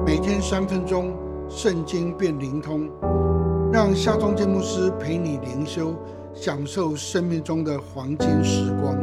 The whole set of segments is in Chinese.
每天3分钟，圣经变灵通，让夏忠建牧师陪你灵修，享受生命中的黄金时光。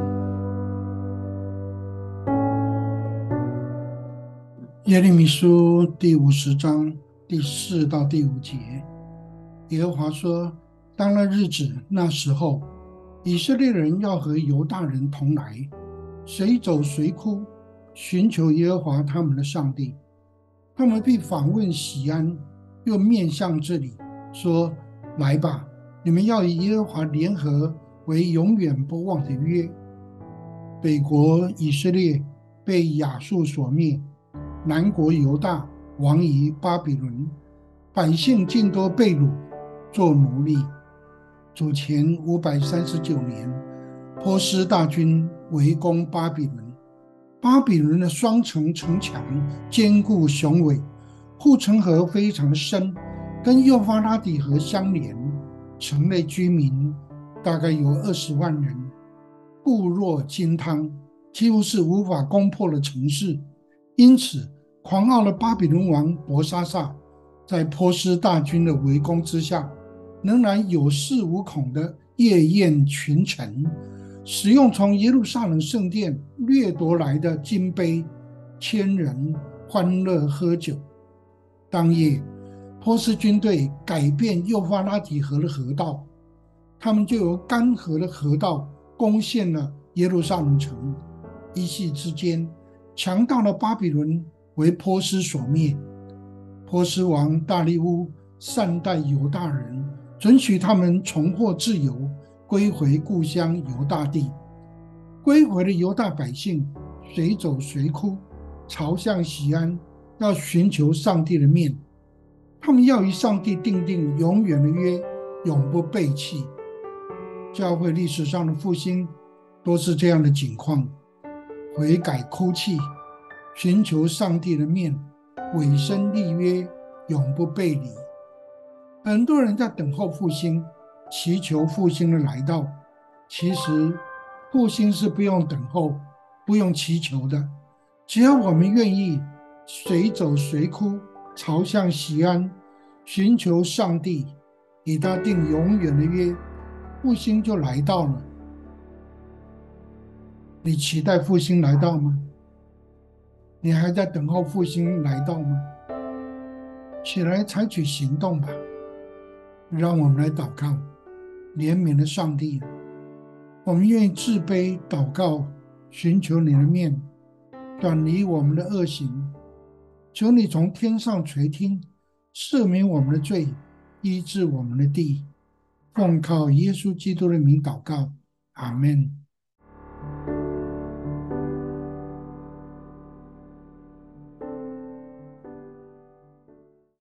耶利米书第50章第4到第5节，耶和华说：当那日子，那时候，以色列人要和犹大人同来，随走随哭，寻求耶和华他们的上帝。他们必访问锡安，又面向这里，说：来吧，你们要与耶和华联合，为永远不忘的约。北国以色列被亚述所灭，南国犹大亡于巴比伦，百姓尽都被掳做奴隶。主前539年，波斯大军围攻巴比伦。巴比伦的双层城墙坚固雄伟，护城河非常深，跟幼发拉底河相连。城内居民大概有20万人，固若金汤，几乎是无法攻破的城市。因此，狂傲的巴比伦王伯沙撒在波斯大军的围攻之下，仍然有恃无恐的夜宴群臣，使用从耶路撒冷圣殿掠夺来的金杯，千人欢乐喝酒。当夜，波斯军队改变幼发拉底河的河道，他们就由干涸的河道攻陷了耶路撒冷城。一夕之间，强大的巴比伦为波斯所灭。波斯王大利乌善待犹大人，准许他们重获自由，归回故乡犹大地。归回的犹大百姓随走随哭，朝向锡安，要寻求上帝的面。他们要与上帝订定永远的约，永不背弃。教会历史上的复兴都是这样的景况：悔改哭泣，寻求上帝的面，委身立约，永不背离。很多人在等候复兴，祈求复兴的来到。其实复兴是不用等候，不用祈求的。只要我们愿意随走随哭，朝向锡安，寻求上帝，与他定永远的约，复兴就来到了。你期待复兴来到吗？你还在等候复兴来到吗？起来采取行动吧。让我们来祷告。怜悯的上帝，我们愿意自卑祷告，寻求你的面，转离我们的恶行。求你从天上垂听，赦免我们的罪，医治我们的地。奉靠耶稣基督的名祷告，阿们。